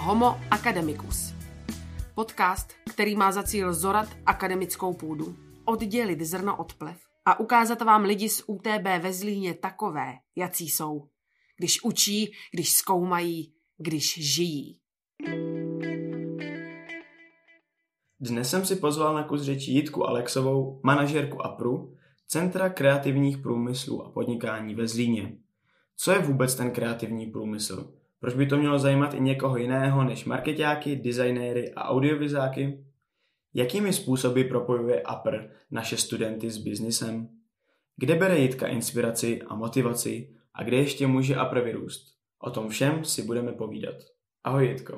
Homo Academicus. Podcast, který má za cíl zorat akademickou půdu, oddělit zrno od plev a ukázat vám lidi z UTB ve Zlíně takové, jací jsou. Když učí, když zkoumají, když žijí. Dnes jsem si pozval na kus řeči Jitku Alexovou, manažerku APRu, Centra kreativních průmyslů a podnikání ve Zlíně. Co je vůbec ten kreativní průmysl? Proč by to mělo zajímat i někoho jiného než markeťáky, designéry a audiovizáky? Jakými způsoby propojuje APR naše studenty s biznisem? Kde bere Jitka inspiraci a motivaci a kde ještě může APR vyrůst? O tom všem si budeme povídat. Ahoj Jitko.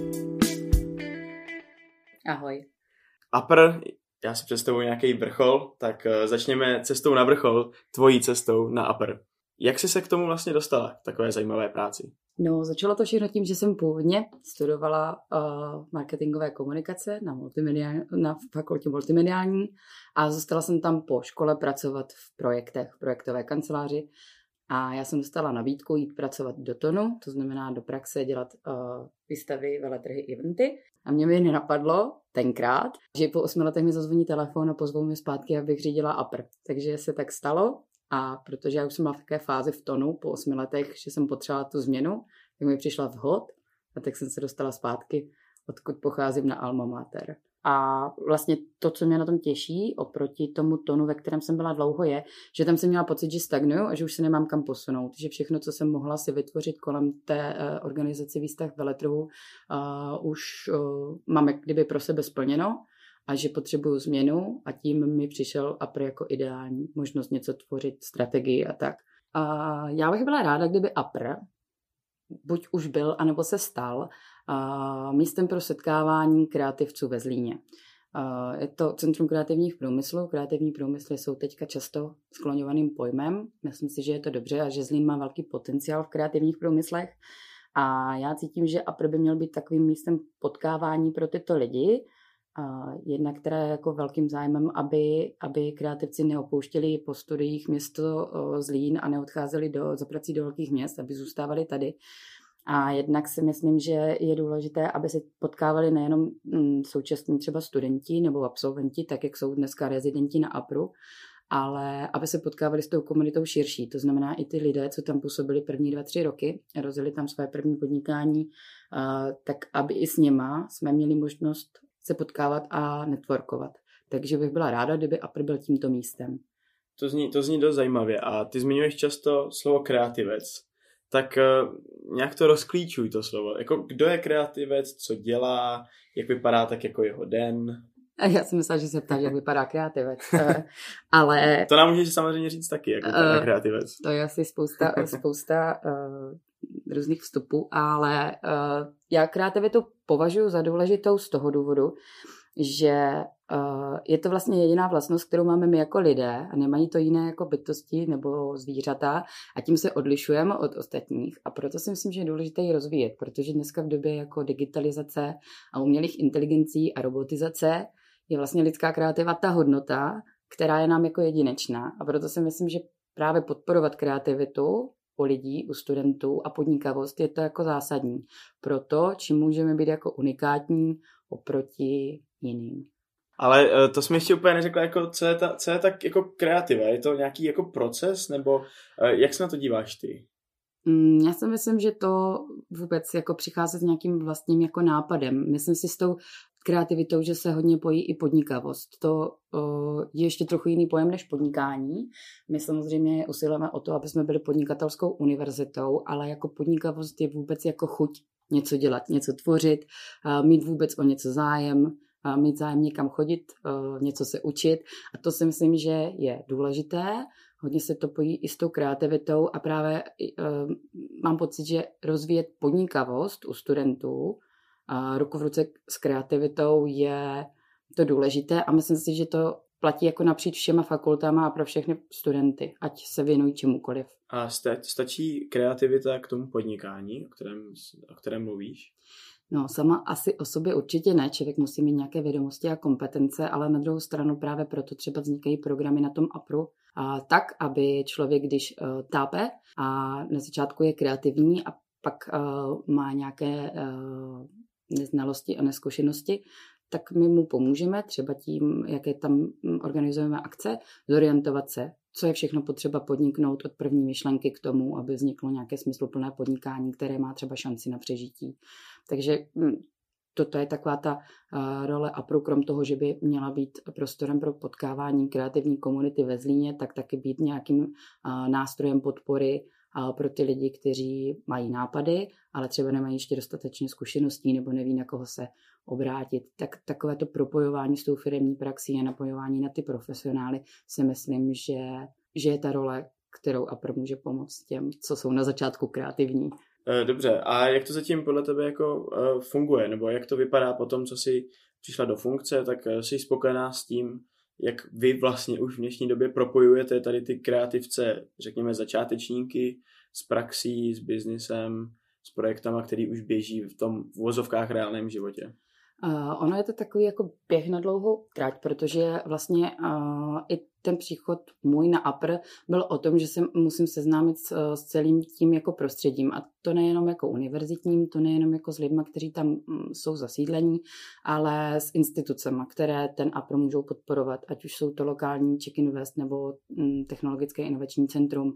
Ahoj. APR, já si představuji nějaký vrchol, tak začněme cestou na vrchol, tvojí cestou na APR. Jak jsi se k tomu vlastně dostala, k takové zajímavé práci? No, začalo to všechno tím, že jsem původně studovala marketingové komunikace na fakultě multimediální a zůstala jsem tam po škole pracovat v projektech, v projektové kanceláři a já jsem dostala nabídku jít pracovat do Tonu, to znamená do praxe dělat výstavy, veletrhy, eventy. A mě mi nenapadlo tenkrát, že po 8 letech mi zazvoní telefon a pozvou mě zpátky, abych řídila APR. Takže se tak stalo. A protože já už jsem byla v také fázi v Tonu po 8 letech, že jsem potřebovala tu změnu, tak mi přišla vhod a tak jsem se dostala zpátky, odkud pocházím na Alma Mater. A vlastně to, co mě na tom těší oproti tomu Tonu, ve kterém jsem byla dlouho, je, že tam jsem měla pocit, že stagnuju a že už se nemám kam posunout. Že všechno, co jsem mohla si vytvořit kolem té organizace výstav veletrhů, už máme kdyby pro sebe splněno. A že potřebuju změnu a tím mi přišel APR jako ideální možnost něco tvořit, strategii a tak. A já bych byla ráda, kdyby APR buď už byl, anebo se stal místem pro setkávání kreativců ve Zlíně. Je to Centrum kreativních průmyslů. Kreativní průmysly jsou teďka často skloňovaným pojmem. Myslím si, že je to dobře a že Zlín má velký potenciál v kreativních průmyslech. A já cítím, že APR by měl být takovým místem potkávání pro tyto lidi, jedna, která je jako velkým zájmem, aby kreativci neopouštěli po studiích město Zlín a neodcházeli za prací do velkých měst, aby zůstávali tady. A jednak si myslím, že je důležité, aby se potkávali nejenom současní třeba studenti nebo absolventi, tak jak jsou dneska rezidenti na APRu, ale aby se potkávali s tou komunitou širší. To znamená i ty lidé, co tam působili první 2-3 roky, rozjeli tam své první podnikání, tak aby i s něma jsme měli možnost se potkávat a networkovat. Takže bych byla ráda, kdyby APR byl tímto místem. To zní dost zajímavě a ty zmiňuješ často slovo kreativec. Tak nějak to rozklíčuj to slovo. Jako, kdo je kreativec, co dělá, jak vypadá tak jako jeho den? Já jsem myslela, že se ptáš, jak vypadá kreativec. Ale to nám můžeš samozřejmě říct taky, jak vypadá kreativec. To je asi spousta různých vstupů, ale já kreativitu považuji za důležitou z toho důvodu, že je to vlastně jediná vlastnost, kterou máme my jako lidé a nemají to jiné jako bytosti nebo zvířata a tím se odlišujeme od ostatních a proto si myslím, že je důležité ji rozvíjet, protože dneska v době jako digitalizace a umělých inteligencí a robotizace je vlastně lidská kreativa ta hodnota, která je nám jako jedinečná a proto si myslím, že právě podporovat kreativitu u lidí, u studentů a podnikavost je to jako zásadní pro to, čím můžeme být jako unikátní oproti jiným. Ale to jsme ještě úplně neřekla, jako, co je tak jako kreativa? Je to nějaký jako proces, nebo jak se na to díváš ty? Já si myslím, že to vůbec jako přichází s nějakým vlastním jako nápadem. Myslím si s tou kreativitou, že se hodně pojí i podnikavost. To je ještě trochu jiný pojem než podnikání. My samozřejmě usilujeme o to, aby jsme byli podnikatelskou univerzitou, ale jako podnikavost je vůbec jako chuť něco dělat, něco tvořit, mít vůbec o něco zájem, mít zájem někam chodit, něco se učit. A to si myslím, že je důležité. Hodně se to pojí i s tou kreativitou a právě mám pocit, že rozvíjet podnikavost u studentů ruku v ruce s kreativitou je to důležité a myslím si, že to platí jako napříč všema fakultama a pro všechny studenty, ať se věnují čemukoliv. A stačí kreativita k tomu podnikání, o kterém mluvíš? No, sama asi o sobě určitě ne, člověk musí mít nějaké vědomosti a kompetence, ale na druhou stranu právě proto třeba vznikají programy na tom APRu, tak, aby člověk, když tápe a na začátku je kreativní a pak má nějaké neznalosti a nezkušenosti, tak my mu pomůžeme třeba tím, jaké tam organizujeme akce, zorientovat se, co je všechno potřeba podniknout od první myšlenky k tomu, aby vzniklo nějaké smysluplné podnikání, které má třeba šanci na přežití. Takže toto je taková ta role APRu, krom toho, že by měla být prostorem pro potkávání kreativní komunity ve Zlíně, tak taky být nějakým nástrojem podpory pro ty lidi, kteří mají nápady, ale třeba nemají ještě dostatečně zkušeností nebo neví, na koho se obrátit. Tak takové to propojování s tou firemní praxí a napojování na ty profesionály si myslím, že je ta role, kterou APR může pomoct těm, co jsou na začátku kreativní. Dobře, a jak to zatím podle tebe jako funguje, nebo jak to vypadá po tom, co jsi přišla do funkce, tak jsi spokojená s tím, jak vy vlastně už v dnešní době propojujete tady ty kreativce, řekněme začátečníky s praxí, s biznisem, s projektama, který už běží v tom v uvozovkách reálném životě? Ono je to takový jako běh na dlouhou trať, protože vlastně i ten příchod můj na APR byl o tom, že se musím seznámit s celým tím jako prostředím. A to nejenom jako univerzitním, to nejenom jako s lidmi, kteří tam jsou zasídlení, ale s institucemi, které ten APR můžou podporovat, ať už jsou to lokální Czech Invest nebo Technologické inovační centrum,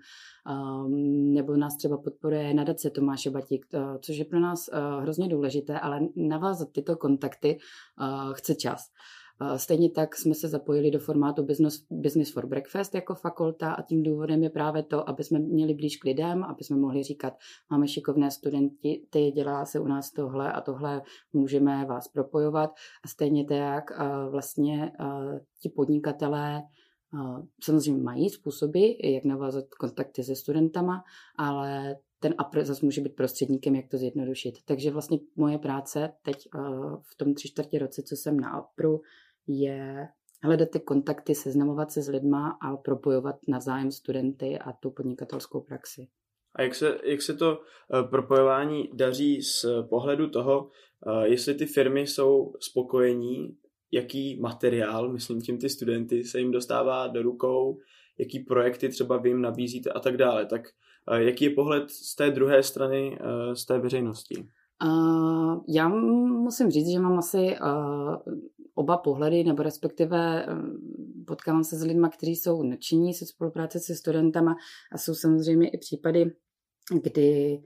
nebo nás třeba podporuje nadace Tomáše Batík, což je pro nás hrozně důležité, ale navázat tyto kontakty chce čas. Stejně tak jsme se zapojili do formátu Business for Breakfast jako fakulta a tím důvodem je právě to, aby jsme měli blíž k lidem, aby jsme mohli říkat, máme šikovné studenty, dělá se u nás tohle a tohle, můžeme vás propojovat. A stejně tak vlastně ti podnikatelé samozřejmě mají způsoby, jak navázat kontakty se studentama, ale ten APR zase může být prostředníkem, jak to zjednodušit. Takže vlastně moje práce teď v tom 3/4 roce, co jsem na APRu, je hledat ty kontakty, seznamovat se s lidma a propojovat navzájem studenty a tu podnikatelskou praxi. A jak se to propojování daří z pohledu toho, jestli ty firmy jsou spokojení, jaký materiál, myslím tím ty studenty, se jim dostává do rukou, jaký projekty třeba vy jim nabízíte a tak dále. Tak jaký je pohled z té druhé strany, z té veřejnosti? Já musím říct, že mám asi oba pohledy, nebo respektive potkávám se s lidmi, kteří jsou nadšení se spolupráce se studentama a jsou samozřejmě i případy, kdy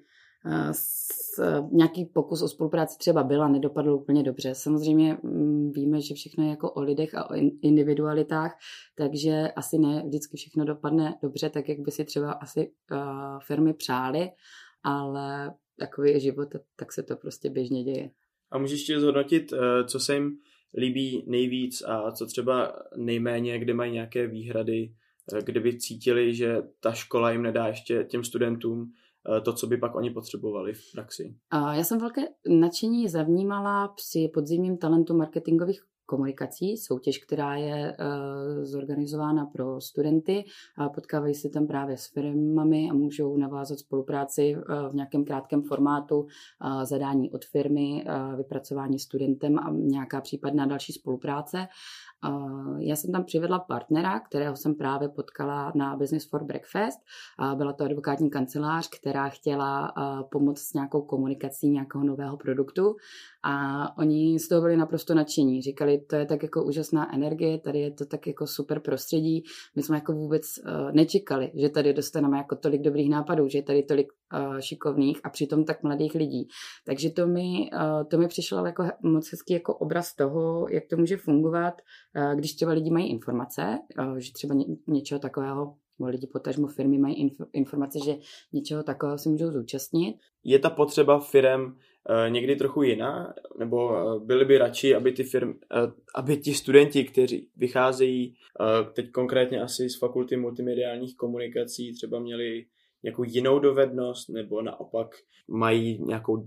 nějaký pokus o spolupráci třeba byl a nedopadl úplně dobře. Samozřejmě víme, že všechno je jako o lidech a o individualitách, takže asi ne vždycky všechno dopadne dobře, tak jak by si třeba asi firmy přály, ale takový je život, tak se to prostě běžně děje. A můžeš ještě zhodnotit, co se jim líbí nejvíc a co třeba nejméně, kde mají nějaké výhrady, kde by cítili, že ta škola jim nedá ještě těm studentům to, co by pak oni potřebovali v praxi? Já jsem velké nadšení zavnímala při podzimním talentu marketingových komunikací, soutěž, která je zorganizována pro studenty. Potkávají se tam právě s firmami a můžou navázat spolupráci v nějakém krátkém formátu, zadání od firmy, vypracování studentem a nějaká případná další spolupráce. Já jsem tam přivedla partnera, kterého jsem právě potkala na Business for Breakfast. Byla to advokátní kancelář, která chtěla pomoct s nějakou komunikací nějakého nového produktu a oni z toho byli naprosto nadšení. Říkali, to je tak jako úžasná energie, tady je to tak jako super prostředí. My jsme jako vůbec nečekali, že tady dostaneme jako tolik dobrých nápadů, že je tady tolik šikovných a přitom tak mladých lidí. Takže to mi přišlo jako moc hezký jako obraz toho, jak to může fungovat, když třeba lidi mají informace, že třeba něčeho takového, lidi potažmo firmy mají informace, že něčeho takového si můžou zúčastnit. Je ta potřeba firem někdy trochu jiná? Nebo byli by radši, aby ti studenti, kteří vycházejí teď konkrétně asi z fakulty multimediálních komunikací, třeba měli nějakou jinou dovednost, nebo naopak mají nějakou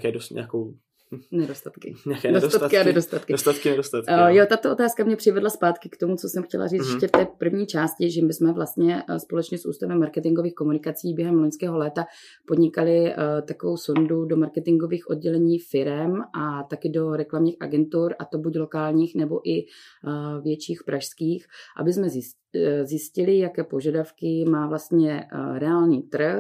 nedostatky. Nedostatky. Jo, tato otázka mě přivedla zpátky k tomu, co jsem chtěla říct ještě v té první části, že my jsme vlastně společně s Ústavem marketingových komunikací během loňského léta podnikali takovou sondu do marketingových oddělení firem a taky do reklamních agentur, a to buď lokálních nebo i větších pražských, aby jsme zjistili, jaké požadavky má vlastně reálný trh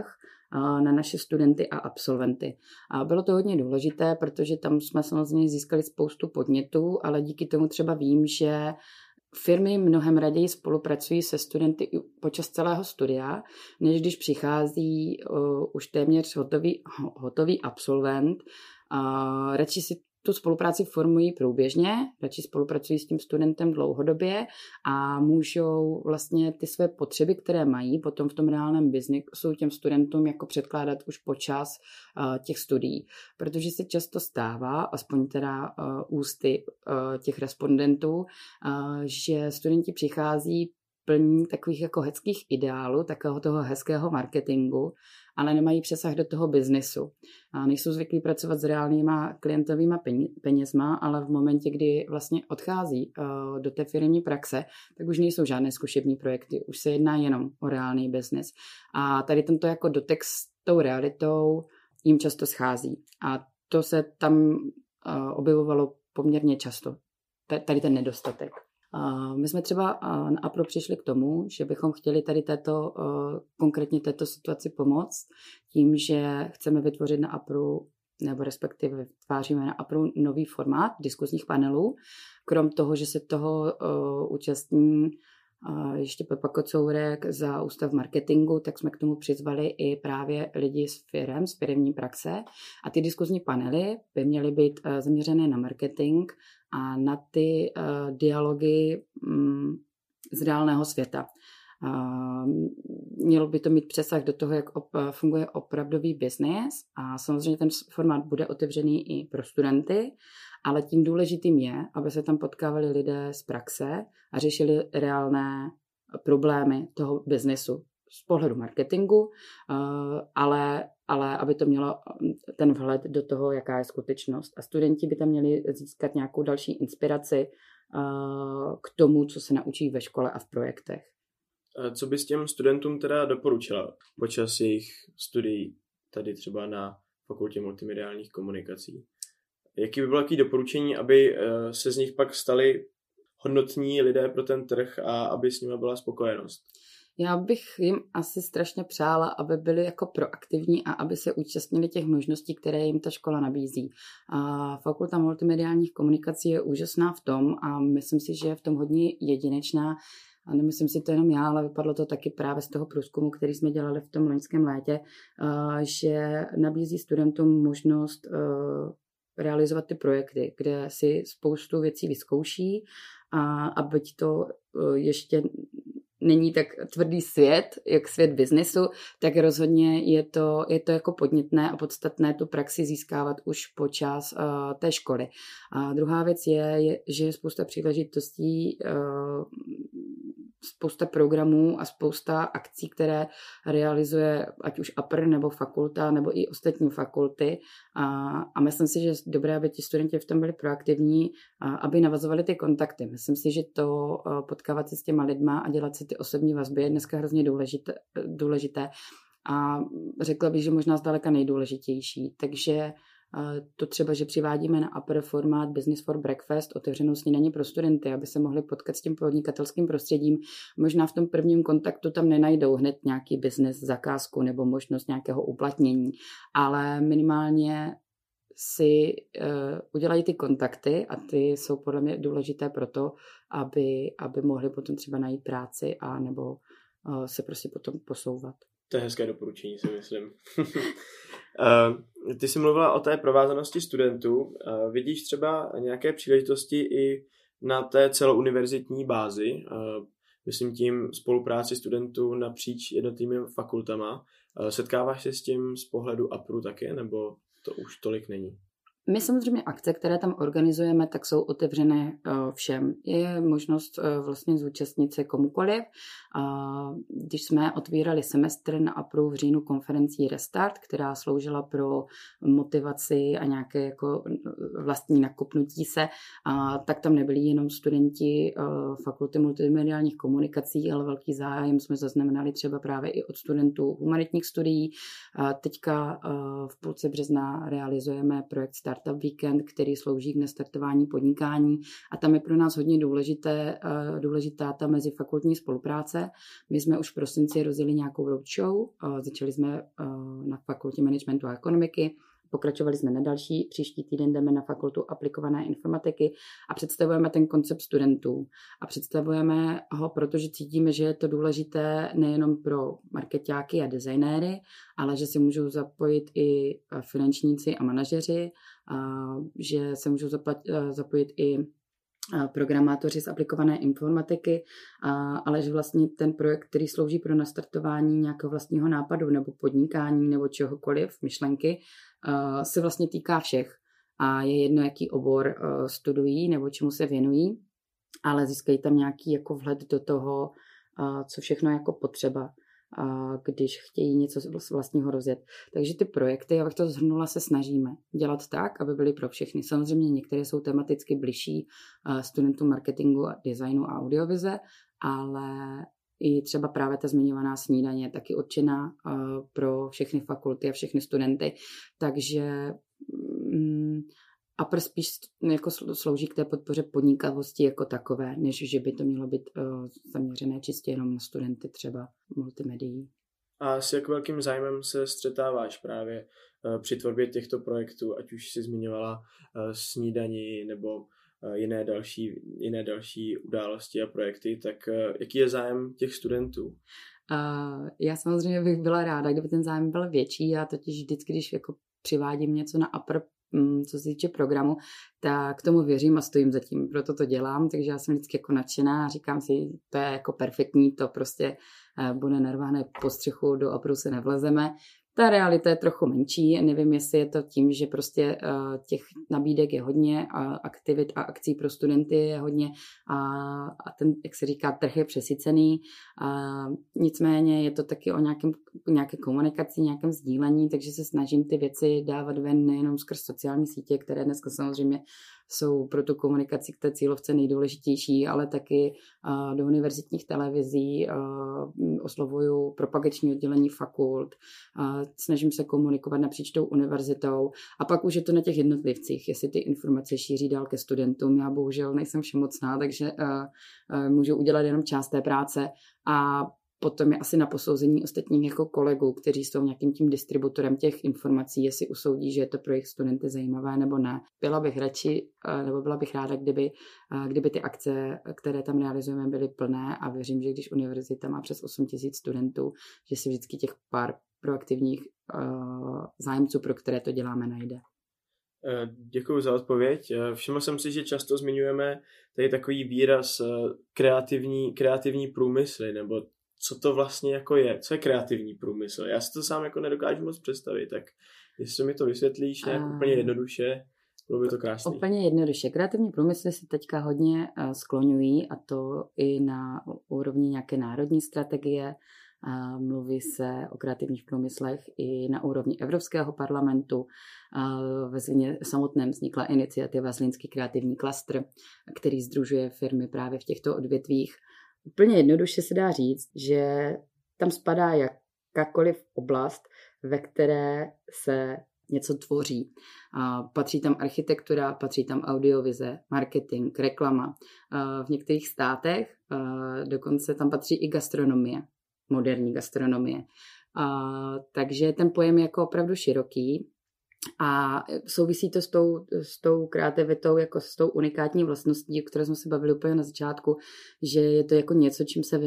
na naše studenty a absolventy. A bylo to hodně důležité, protože tam jsme samozřejmě získali spoustu podnětů, ale díky tomu třeba vím, že firmy mnohem raději spolupracují se studenty počas celého studia, než když přichází už téměř hotový absolvent. Radši si tu spolupráci formují průběžně, radši spolupracují s tím studentem dlouhodobě a můžou vlastně ty své potřeby, které mají potom v tom reálném biznesu těm studentům jako předkládat už počas těch studií. Protože se často stává, aspoň teda ústy těch respondentů, že studenti přichází plní takových jako hezkých ideálů, takového toho hezkého marketingu, ale nemají přesah do toho biznesu. Nejsou zvyklí pracovat s reálnýma klientovýma penězma, ale v momentě, kdy vlastně odchází do té firemní praxe, tak už nejsou žádné zkušební projekty, už se jedná jenom o reálný biznes. A tady tento jako dotek s tou realitou jim často schází. A to se tam objevovalo poměrně často, tady ten nedostatek. My jsme třeba na APRu přišli k tomu, že bychom chtěli tady konkrétně této situaci pomoct tím, že chceme vytvořit na APRu, nebo respektive vytváříme na APRu nový formát diskuzních panelů. Krom toho, že se toho účastní ještě Pepa Kocourek za Ústav marketingu, tak jsme k tomu přizvali i právě lidi z firemní praxe. A ty diskuzní panely by měly být zaměřené na marketing a na ty dialogy z reálného světa. Mělo by to mít přesah do toho, jak funguje opravdový biznes a samozřejmě ten formát bude otevřený i pro studenty, ale tím důležitým je, aby se tam potkávali lidé z praxe a řešili reálné problémy toho biznesu z pohledu marketingu, ale aby to mělo ten vhled do toho, jaká je skutečnost. A studenti by tam měli získat nějakou další inspiraci k tomu, co se naučí ve škole a v projektech. Co bys těm studentům teda doporučila počas jejich studií tady třeba na Fakultě multimediálních komunikací? Jaký by bylo takové doporučení, aby se z nich pak stali hodnotní lidé pro ten trh a aby s nimi byla spokojenost? Já bych jim asi strašně přála, aby byli jako proaktivní a aby se účastnili těch možností, které jim ta škola nabízí. Fakulta multimediálních komunikací je úžasná v tom a myslím si, že je v tom hodně jedinečná. A nemyslím si to jenom já, ale vypadlo to taky právě z toho průzkumu, který jsme dělali v tom loňském létě, že nabízí studentům možnost realizovat ty projekty, kde si spoustu věcí vyzkouší a byť to ještě není tak tvrdý svět, jak svět biznesu, tak rozhodně je to jako podnětné a podstatné tu praxi získávat už počas té školy. A druhá věc je, že je spousta příležitostí, spousta programů a spousta akcí, které realizuje ať už APR nebo fakulta nebo i ostatní fakulty. A myslím si, že je dobré, aby ti studenti v tom byli proaktivní, aby navazovali ty kontakty. Myslím si, že to potkávat se s těma lidma a dělat si ty osobní vazby je dneska hrozně důležité. A řekla bych, že možná zdaleka nejdůležitější. Takže to třeba, že přivádíme na APR formát Business for Breakfast, otevřenou snídaní pro studenty, aby se mohli potkat s tím podnikatelským prostředím. Možná v tom prvním kontaktu tam nenajdou hned nějaký business, zakázku nebo možnost nějakého uplatnění, ale minimálně si udělají ty kontakty a ty jsou podle mě důležité pro to, aby mohli potom třeba najít práci a nebo se prostě potom posouvat. To je hezké doporučení, si myslím. Ty jsi mluvila o té provázanosti studentů. Vidíš třeba nějaké příležitosti i na té celouniverzitní bázi? Myslím tím spolupráci studentů napříč jednotlivými fakultama. Setkáváš se s tím z pohledu APRu také, nebo to už tolik není? My samozřejmě akce, které tam organizujeme, tak jsou otevřené všem. Je možnost vlastně zúčastnit se komukoliv. Když jsme otvírali semestr na APRu v říjnu konferencí Restart, která sloužila pro motivaci a nějaké jako vlastní nakopnutí se, tak tam nebyli jenom studenti Fakulty multimediálních komunikací, ale velký zájem jsme zaznamenali třeba právě i od studentů humanitních studií. Teďka v půlce března realizujeme projekt Start Startup Weekend, který slouží k nastartování podnikání a tam je pro nás hodně důležitá ta mezifakultní spolupráce. My jsme už v prosinci rozjeli nějakou roadshow, začali jsme na fakultě managementu a ekonomiky, pokračovali jsme na další, příští týden jdeme na fakultu aplikované informatiky a představujeme ten koncept studentů. A představujeme ho, protože cítíme, že je to důležité nejenom pro markeťáky a designéry, ale že si můžou zapojit i finančníci a manažeři, že se můžou zapojit i programátoři z aplikované informatiky, ale že vlastně ten projekt, který slouží pro nastartování nějakého vlastního nápadu nebo podnikání nebo čehokoliv, myšlenky, se vlastně týká všech. A je jedno, jaký obor studují nebo čemu se věnují, ale získají tam nějaký jako vhled do toho, co všechno je jako potřeba, když chtějí něco vlastního rozjet. Takže ty projekty, jak to shrnula, se snažíme dělat tak, aby byly pro všechny. Samozřejmě některé jsou tematicky bližší studentům marketingu, designu a audiovize, ale i třeba právě ta zmiňovaná snídaně je taky určená pro všechny fakulty a všechny studenty. Takže a spíš jako slouží k té podpoře podnikavosti jako takové, než že by to mělo být zaměřené čistě jenom na studenty třeba multimedií. A s jak velkým zájmem se střetáváš právě při tvorbě těchto projektů, ať už jsi zmiňovala snídani nebo jiné další události a projekty, tak jaký je zájem těch studentů? Já samozřejmě bych byla ráda, kdyby ten zájem byl větší. Já totiž vždycky, když jako přivádím něco na APR, co se týče programu, tak k tomu věřím a stojím za tím, proto to dělám, takže já jsem vždycky jako nadšená a říkám si, to je jako perfektní, to prostě bude narvané po střechu, do APRu se nevlezeme. Ta realita je trochu menší, nevím, jestli je to tím, že prostě těch nabídek je hodně, aktivit a akcí pro studenty je hodně a ten, jak se říká, trh je přesycený. Nicméně je to taky o nějaké komunikaci, nějakém sdílení, takže se snažím ty věci dávat ven nejenom skrz sociální sítě, které dneska samozřejmě jsou pro tu komunikaci k té cílovce nejdůležitější, ale taky do univerzitních televizí, oslovuju propagační oddělení fakult, snažím se komunikovat napříč tou univerzitou a pak už je to na těch jednotlivcích, jestli ty informace šíří dál ke studentům. Já bohužel nejsem všemocná, takže můžu udělat jenom část té práce a potom je asi na posouzení ostatních jako kolegů, kteří jsou nějakým tím distributorem těch informací, jestli usoudí, že je to pro jejich studenty zajímavé nebo ne. Byla bych ráda, kdyby ty akce, které tam realizujeme, byly plné a věřím, že když univerzita má přes 8 000 studentů, že si vždycky těch pár proaktivních zájemců, pro které to děláme, najde. Děkuji za odpověď. Všiml jsem si, že často zmiňujeme tady takový výraz kreativní průmysly, nebo co to vlastně jako je, co je kreativní průmysl. Já si to sám jako nedokážu moc představit, tak jestli mi to vysvětlíš nějak úplně jednoduše, bylo by to krásné. Úplně jednoduše. Kreativní průmysly se teďka hodně skloňují a to i na úrovni nějaké národní strategie. Mluví se o kreativních průmyslech i na úrovni Evropského parlamentu. Ve Zlíně samotném vznikla iniciativa Zlínský kreativní klastr, který sdružuje firmy právě v těchto odvětvích. Úplně jednoduše se dá říct, že tam spadá jakákoliv oblast, ve které se něco tvoří. Patří tam architektura, patří tam audiovize, marketing, reklama. V některých státech dokonce tam patří i gastronomie, moderní gastronomie. Takže ten pojem je jako opravdu široký. A souvisí to s tou kreativitou, jako s tou unikátní vlastností, o které jsme se bavili úplně na začátku, že je to jako něco, čím se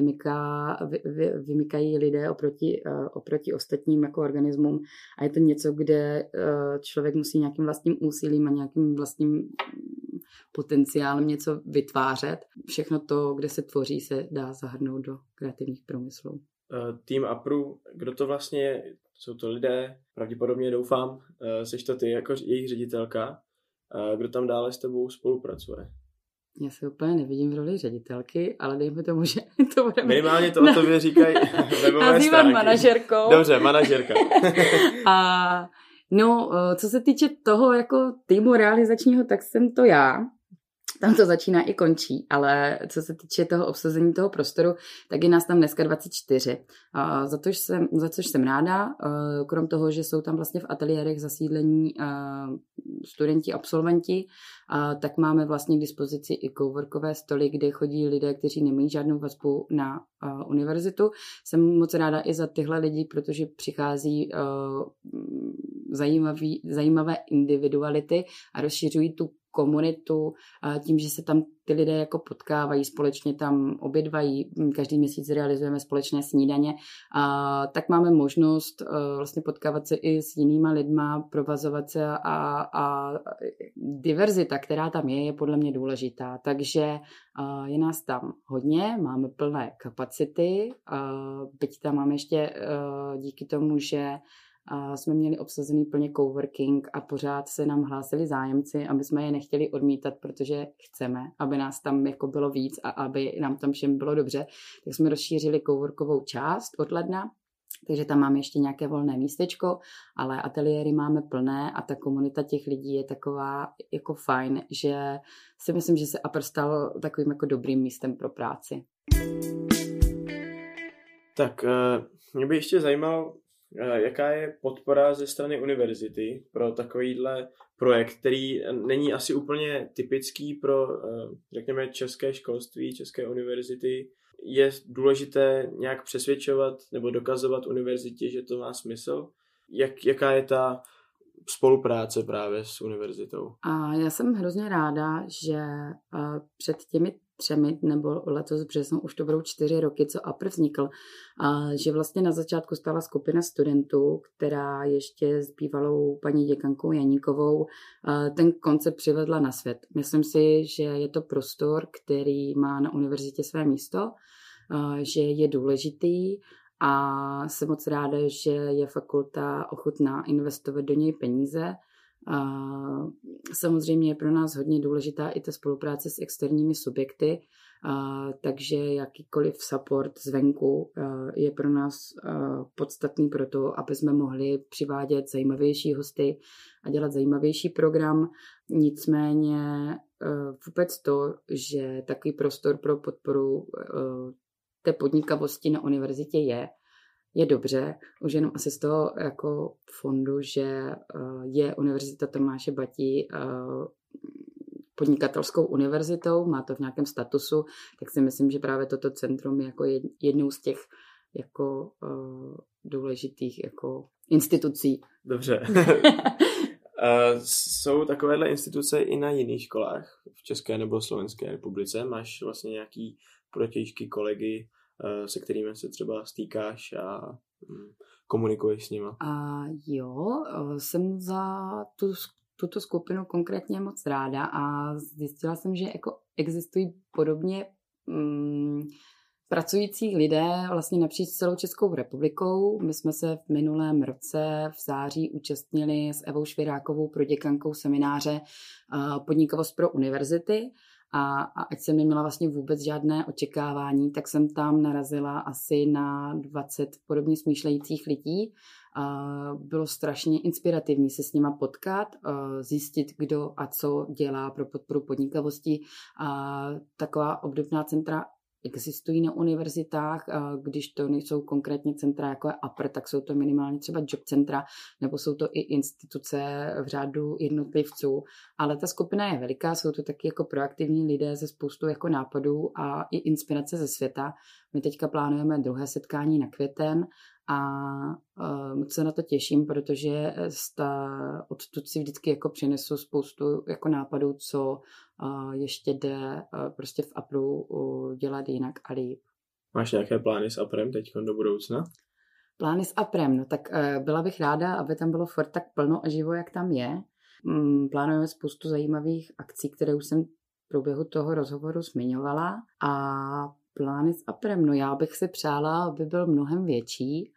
vymykají lidé oproti ostatním jako organismům a je to něco, kde člověk musí nějakým vlastním úsilím a nějakým vlastním potenciálem něco vytvářet. Všechno to, kde se tvoří, se dá zahrnout do kreativních průmyslů. Tým APRu, kdo to vlastně je? Jsou to lidé, pravděpodobně doufám, seš to ty jako jejich ředitelka. Kdo tam dále s tebou spolupracuje? Já se úplně nevidím v roli ředitelky, ale dejme tomu, že to budeme... Minimálně to o tobě říkají webové stránky. Manažerkou. Dobře, manažerka. Co se týče toho jako týmu realizačního, tak jsem to já. tam to začíná i končí, ale co se týče toho obsazení toho prostoru, tak je nás tam dneska 24. Za což jsem ráda, krom toho, že jsou tam vlastně v ateliérech zasídlení studenti, absolventi, tak máme vlastně k dispozici i coworkové stoly, kde chodí lidé, kteří nemají žádnou vazbu na univerzitu. Jsem moc ráda i za tyhle lidi, protože přichází zajímavé individuality a rozšiřují tu komunitu tím, že se tam ty lidé jako potkávají, společně tam obědvají, každý měsíc realizujeme společné snídaně, tak máme možnost vlastně potkávat se i s jinýma lidma, provazovat se a diverzita, která tam je podle mě důležitá. Takže je nás tam hodně, máme plné kapacity, byť tam máme ještě díky tomu, že jsme měli obsazený plně coworking a pořád se nám hlásili zájemci, aby jsme je nechtěli odmítat, protože chceme, aby nás tam jako bylo víc a aby nám tam všem bylo dobře. Tak jsme rozšířili coworkovou část od ledna, takže tam máme ještě nějaké volné místečko, ale ateliéry máme plné a ta komunita těch lidí je taková jako fajn, že si myslím, že se Upper stal takovým jako dobrým místem pro práci. Tak mě by ještě zajímalo, jaká je podpora ze strany univerzity pro takovýhle projekt, který není asi úplně typický pro, řekněme, české školství, české univerzity. Je důležité nějak přesvědčovat nebo dokazovat univerzitě, že to má smysl? Jaká je ta spolupráce právě s univerzitou? A já jsem hrozně ráda, že před těmi 3 nebo letos v březnu už to budou 4 roky, co Upper vznikl, že vlastně na začátku stála skupina studentů, která ještě s bývalou paní děkankou Janíkovou ten koncept přivedla na svět. Myslím si, že je to prostor, který má na univerzitě své místo, že je důležitý a jsem moc ráda, že je fakulta ochotná investovat do něj peníze. Samozřejmě je pro nás hodně důležitá i ta spolupráce s externími subjekty, takže jakýkoliv support zvenku je pro nás podstatný pro to, aby jsme mohli přivádět zajímavější hosty a dělat zajímavější program. Nicméně vůbec to, že takový prostor pro podporu té podnikavosti na univerzitě je dobře, už jenom asi z toho jako fondu, že je Univerzita Tomáše Bati podnikatelskou univerzitou, má to v nějakém statusu, tak si myslím, že právě toto centrum je jako jednou z těch jako důležitých jako institucí. Dobře. Jsou takovéhle instituce i na jiných školách v České nebo Slovenské republice? Máš vlastně nějaký protějšky, kolegy, se kterými se třeba stýkáš a komunikuješ s nima? Jo, jsem za tuto skupinu konkrétně moc ráda a zjistila jsem, že jako existují podobně pracující lidé vlastně napříč celou Českou republikou. My jsme se v minulém roce v září účastnili s Evou Švirákovou proděkankou semináře Podnikavost pro univerzity. A ať jsem neměla vlastně vůbec žádné očekávání, tak jsem tam narazila asi na 20 podobně smýšlejících lidí. Bylo strašně inspirativní se s nima potkat, zjistit, kdo a co dělá pro podporu podnikavosti. Taková obdobná centra existují na univerzitách, když to nejsou konkrétně centra jako je Upper, tak jsou to minimálně třeba job centra, nebo jsou to i instituce v řádu jednotlivců, ale ta skupina je veliká, jsou to taky jako proaktivní lidé ze spoustu jako nápadů a i inspirace ze světa. My teďka plánujeme 2. setkání na květen a moc se na to těším, protože odtud si vždycky jako přinesu spoustu jako nápadů, co ještě jde prostě v Upperu dělat jinak a líp. Máš nějaké plány s Upperem teď do budoucna? Plány s Upperem, no tak byla bych ráda, aby tam bylo furt tak plno a živo, jak tam je. Plánujeme spoustu zajímavých akcí, které už jsem v průběhu toho rozhovoru zmiňovala a plány s Upperem, no já bych si přála, aby byl mnohem větší,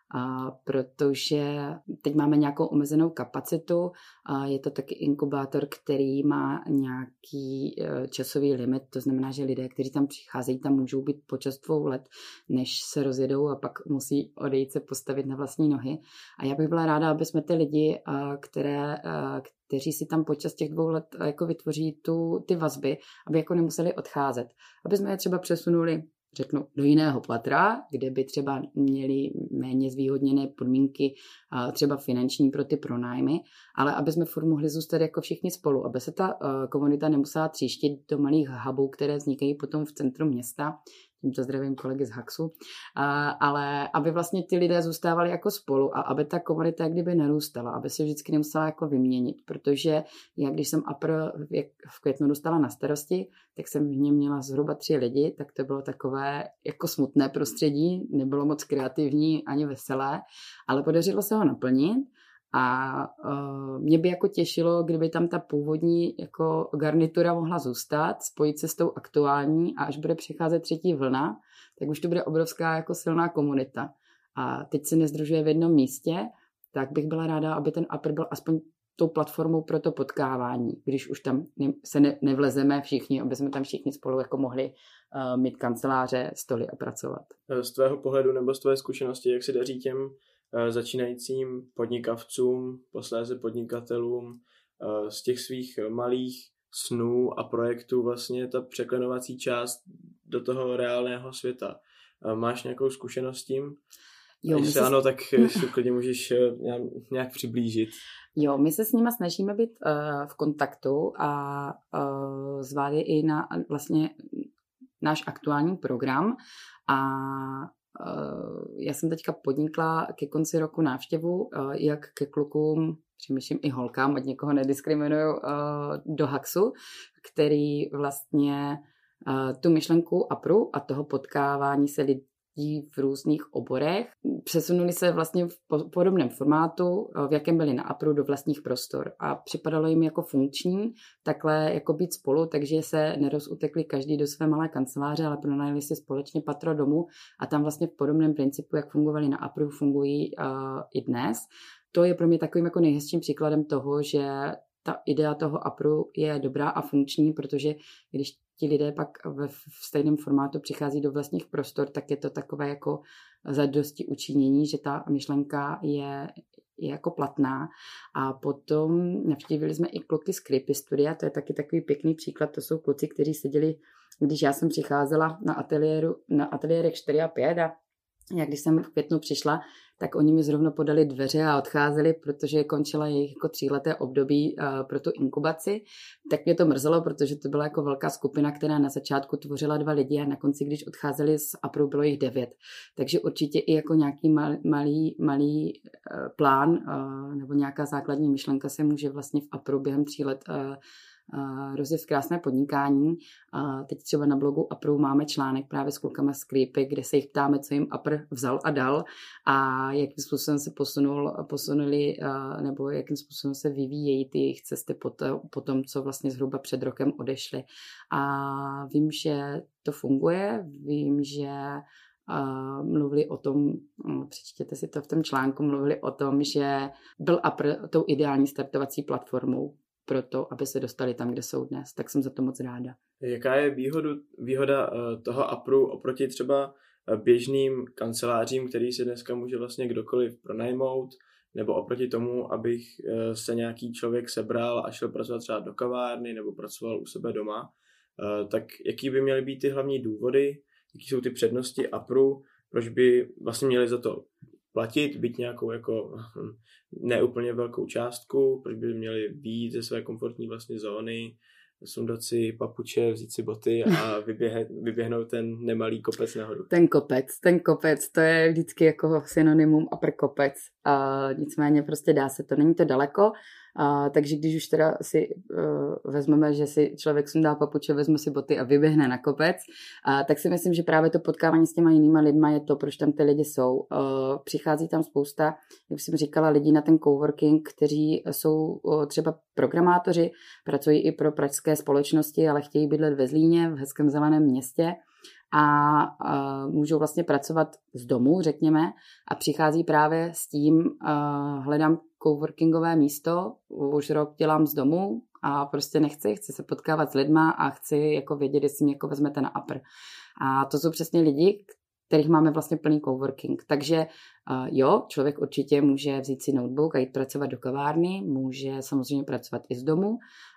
protože teď máme nějakou omezenou kapacitu. Je to taky inkubátor, který má nějaký časový limit, to znamená, že lidé, kteří tam přicházejí, tam můžou být počas 2 let, než se rozjedou a pak musí odejít se postavit na vlastní nohy. A já bych byla ráda, aby jsme ty lidi, kteří si tam počas těch 2 let jako vytvoří ty vazby, aby jako nemuseli odcházet. Aby jsme je třeba přesunuli, řeknu, do jiného patra, kde by třeba měli méně zvýhodněné podmínky, třeba finanční pro ty pronájmy, ale aby jsme furt mohli zůstat jako všichni spolu, aby se ta komunita nemusela tříštit do malých hubů, které vznikají potom v centru města. Tímto zdravím kolegy z Haxu, ale aby vlastně ty lidé zůstávali jako spolu a aby ta komunita jak kdyby narůstala, aby se vždycky nemusela jako vyměnit, protože já když jsem APR v květnu dostala na starosti, tak jsem v něm měla zhruba 3 lidi, tak to bylo takové jako smutné prostředí, nebylo moc kreativní ani veselé, ale podařilo se ho naplnit. A mě by jako těšilo, kdyby tam ta původní jako garnitura mohla zůstat, spojit se s tou aktuální a až bude přicházet 3. vlna, tak už to bude obrovská jako silná komunita. A teď se nezdružuje v jednom místě, tak bych byla ráda, aby ten APR byl aspoň tou platformou pro to potkávání, když už tam se nevlezeme všichni, aby jsme tam všichni spolu jako mohli mít kanceláře, stoly a pracovat. Z tvého pohledu nebo z tvé zkušenosti, jak se daří těm začínajícím podnikavcům, posléze podnikatelům z těch svých malých snů a projektů vlastně ta překlenovací část do toho reálného světa. Máš nějakou zkušenost s tím? Jo, když ano, tak si klidně můžeš nějak přiblížit. Jo, my se s nima snažíme být v kontaktu a zvát je i na vlastně náš aktuální program a já jsem teďka podnikla ke konci roku návštěvu, jak ke klukům, přemýšlím i holkám, od někoho nediskriminuju, do Haxu, který vlastně tu myšlenku APRu a toho potkávání se lidí v různých oborech přesunuli se vlastně v podobném formátu, v jakém byli na APRu, do vlastních prostor a připadalo jim jako funkční takhle jako být spolu, takže se nerozutekli každý do své malé kanceláře, ale pronajali si společně patro domů a tam vlastně v podobném principu, jak fungovali na APRu, fungují i dnes. To je pro mě takovým jako nejhezčím příkladem toho, že ta idea toho APRu je dobrá a funkční, protože když ti lidé pak v stejném formátu přichází do vlastních prostor, tak je to takové jako zadosti učinění, že ta myšlenka je jako platná. A potom navštívili jsme i kluky z Creepy Studia, to je taky takový pěkný příklad, to jsou kluci, kteří seděli, když já jsem přicházela na ateliérech 4 a 5 a já když jsem v květnu přišla, tak oni mi zrovna podali dveře a odcházeli, protože končila jejich jako 3leté období pro tu inkubaci. Tak mě to mrzelo, protože to byla jako velká skupina, která na začátku tvořila 2 lidi a na konci, když odcházeli z APRu, bylo jich 9. Takže určitě i jako nějaký malý plán nebo nějaká základní myšlenka se může vlastně v APRu během 3 let rozjet krásné podnikání. Teď třeba na blogu APRu máme článek právě s klukama z Creepy, kde se jich ptáme, co jim APR vzal a dal a jakým způsobem se posunuli nebo jakým způsobem se vyvíjejí ty jejich cesty po tom, co vlastně zhruba před rokem odešly. A vím, že to funguje, vím, že mluvili o tom, přečtěte si to v tom článku, mluvili o tom, že byl APR tou ideální startovací platformou pro to, aby se dostali tam, kde jsou dnes. Tak jsem za to moc ráda. Jaká je výhoda toho APRu oproti třeba běžným kancelářím, který si dneska může vlastně kdokoliv pronajmout, nebo oproti tomu, abych se nějaký člověk sebral a šel pracovat třeba do kavárny nebo pracoval u sebe doma, tak jaký by měly být ty hlavní důvody, jaký jsou ty přednosti APRu, proč by vlastně měli za to platit, být nějakou jako neúplně velkou částku, proč by měli být ze své komfortní vlastně zóny, sundat si papuče, vzít si boty a vyběhnout ten nemalý kopec nahoru. Ten kopec, to je vždycky jako synonymum APR kopec. Nicméně prostě dá se to, není to daleko, takže když už teda si vezmeme, že si člověk sundá papuče, vezme si boty a vyběhne na kopec, tak si myslím, že právě to potkávání s těma jinýma lidma je to, proč tam ty lidi jsou. Přichází tam spousta, jak jsem říkala, lidí na ten coworking, kteří jsou třeba programátoři, pracují i pro pražské společnosti, ale chtějí bydlet ve Zlíně, v hezkém zeleném městě a můžou vlastně pracovat z domu, řekněme, a přichází právě s tím, hledám coworkingové místo, už rok dělám z domu a prostě chci se potkávat s lidma a chci jako vědět, jestli mě jako vezmete na APR. A to jsou přesně lidi, kterých máme vlastně plný coworking. Takže jo, člověk určitě může vzít si notebook a jít pracovat do kavárny, může samozřejmě pracovat i z domu,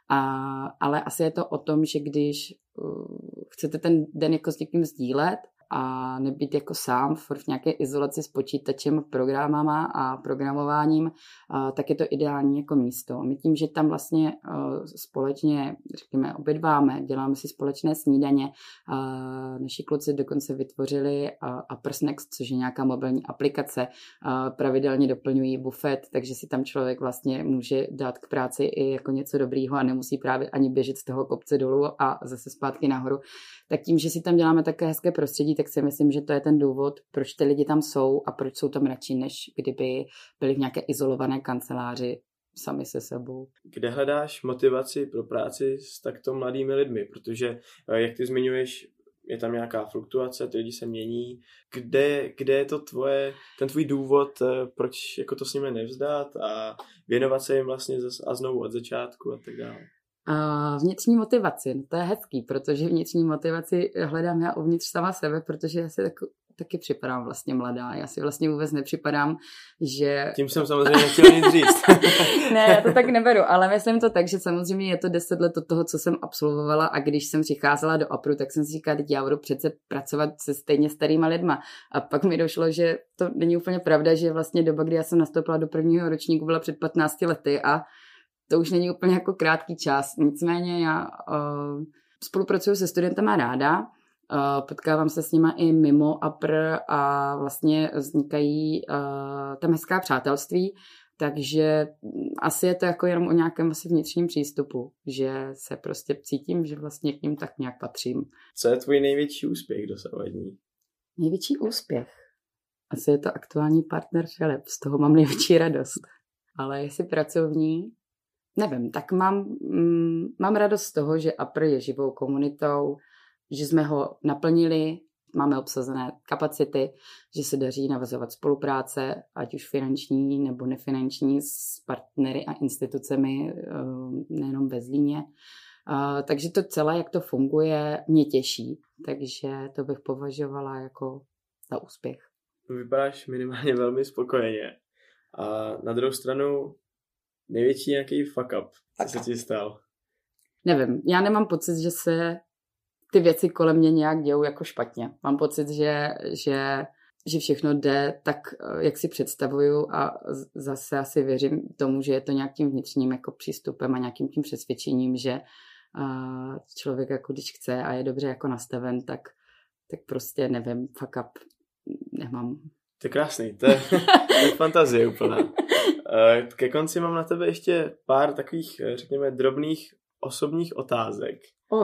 ale asi je to o tom, že když chcete ten den jako s někým sdílet a nebýt jako sám v nějaké izolaci s počítačem, programama a programováním, tak je to ideální jako místo. My tím, že tam vlastně společně, řekněme, obědváme, děláme si společné snídaně, naši kluci dokonce vytvořili Uppersnacks, což je nějaká mobilní aplikace, pravidelně doplňují bufet, takže si tam člověk vlastně může dát k práci i jako něco dobrýho a nemusí právě ani běžet z toho kopce dolů a zase zpátky nahoru. Tak tím, že si tam děláme také hezké prostředí, tak si myslím, že to je ten důvod, proč ty lidi tam jsou a proč jsou tam radši, než kdyby byli v nějaké izolované kanceláři sami se sebou. Kde hledáš motivaci pro práci s takto mladými lidmi? Protože, jak ty zmiňuješ, je tam nějaká fluktuace, ty lidi se mění. Kde je to ten tvůj důvod, proč jako to s nimi nevzdát a věnovat se jim vlastně a znovu od začátku a tak dále? Vnitřní motivaci, no to je hezký, protože vnitřní motivaci hledám já uvnitř sama sebe, protože já si taky připadám vlastně mladá. Já si vlastně vůbec nepřipadám, že... Tím jsem samozřejmě nechtěl nic říct. Ne, já to tak neberu, ale myslím to tak, že samozřejmě je to 10 let od toho, co jsem absolvovala a když jsem přicházela do APRu, tak jsem si říkala, že já budu přece pracovat se stejně starýma lidma. A pak mi došlo, že to není úplně pravda, že vlastně doba, kdy já jsem nastoupila do prvního ročníku, byla před 15 lety a to už není úplně jako krátký čas. Nicméně já spolupracuju se studentama ráda, potkávám se s nima i mimo APR a vlastně vznikají tam hezká přátelství, takže asi je to jako jenom o nějakém asi vnitřním přístupu, že se prostě cítím, že vlastně k ním tak nějak patřím. Co je tvůj největší úspěch dosavadní? Největší úspěch? Asi je to aktuální partner Filip, z toho mám největší radost. Ale jestli pracovní, nevím, tak mám radost z toho, že APR je živou komunitou, že jsme ho naplnili, máme obsazené kapacity, že se daří navazovat spolupráce, ať už finanční nebo nefinanční, s partnery a institucemi, nejenom ve Zlíně. Takže to celé, jak to funguje, mě těší. Takže to bych považovala jako za úspěch. Vypadáš minimálně velmi spokojeně. A na druhou stranu největší nějaký fuck up, co se ti stal? Nevím, já nemám pocit, že se ty věci kolem mě nějak dějou jako špatně. Mám pocit, že všechno jde tak, jak si představuju a zase asi věřím tomu, že je to nějakým vnitřním jako přístupem a nějakým tím přesvědčením, že člověk jako když chce a je dobře jako nastaven, tak prostě nevím, fuck up nemám. To je krásný, to je fantazie úplná. Ke konci mám na tebe ještě pár takových, řekněme, drobných osobních otázek.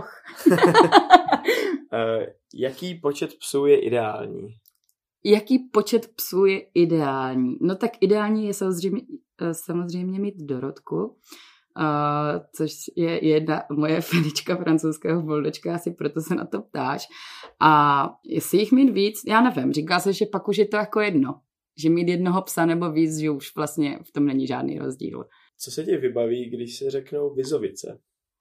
Jaký počet psů je ideální? Jaký počet psů je ideální? No tak ideální je samozřejmě mít Dorotku, což je jedna moje fenička francouzského buldočka, asi proto se na to ptáš. A jestli jich mít víc, já nevím. Říká se, že pak už je to jako jedno. Že mít jednoho psa nebo víc, že už vlastně v tom není žádný rozdíl. Co se ti vybaví, když se řeknou vizovice?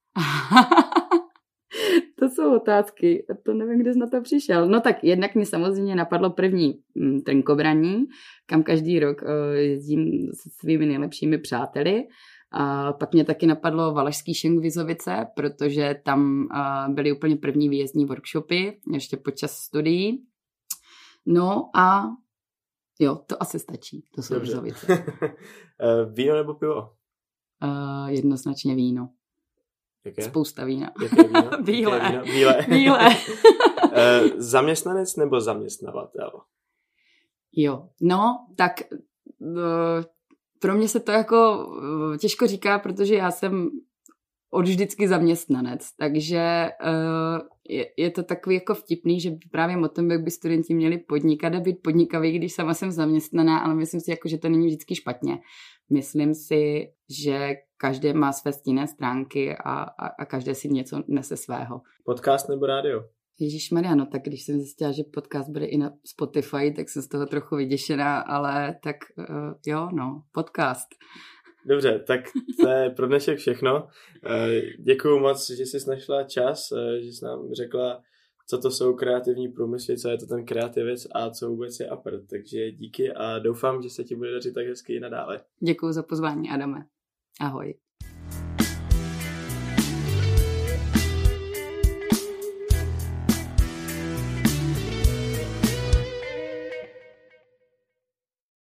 To jsou otázky, to nevím, kde jsi na to přišel. No tak jednak mi samozřejmě napadlo první trnkobraní, kam každý rok jezdím se svými nejlepšími přáteli. A pak mě taky napadlo Valašský Šenk Vizovice, protože tam byly úplně první výjezdní workshopy, ještě počas studií. No a jo, to asi stačí, to jsou Vizovice. Víno nebo pivo? Jednoznačně víno. Jaké? Spousta vína. Jaké víno? Bílé. Zaměstnanec nebo zaměstnavatel? Jo, no, tak pro mě se to jako těžko říká, protože já jsem od vždycky zaměstnanec, takže je to takový jako vtipný, že právě o tom, jak by studenti měli podnikat a být podnikaví, když sama jsem zaměstnaná, ale myslím si, jako, že to není vždycky špatně. Myslím si, že každý má své stinné stránky a každý si něco nese svého. Podcast nebo rádio? Ježišmarja, no tak když jsem zjistila, že podcast bude i na Spotify, tak jsem z toho trochu vyděšená, ale tak jo, no, podcast. Dobře, tak to je pro dnešek všechno. Děkuju moc, že jsi našla čas, že jsi nám řekla, co to jsou kreativní průmysly, co je to ten kreativec a co vůbec je APR. Takže díky a doufám, že se ti bude dařit tak hezky i nadále. Děkuji za pozvání, Adame. Ahoj.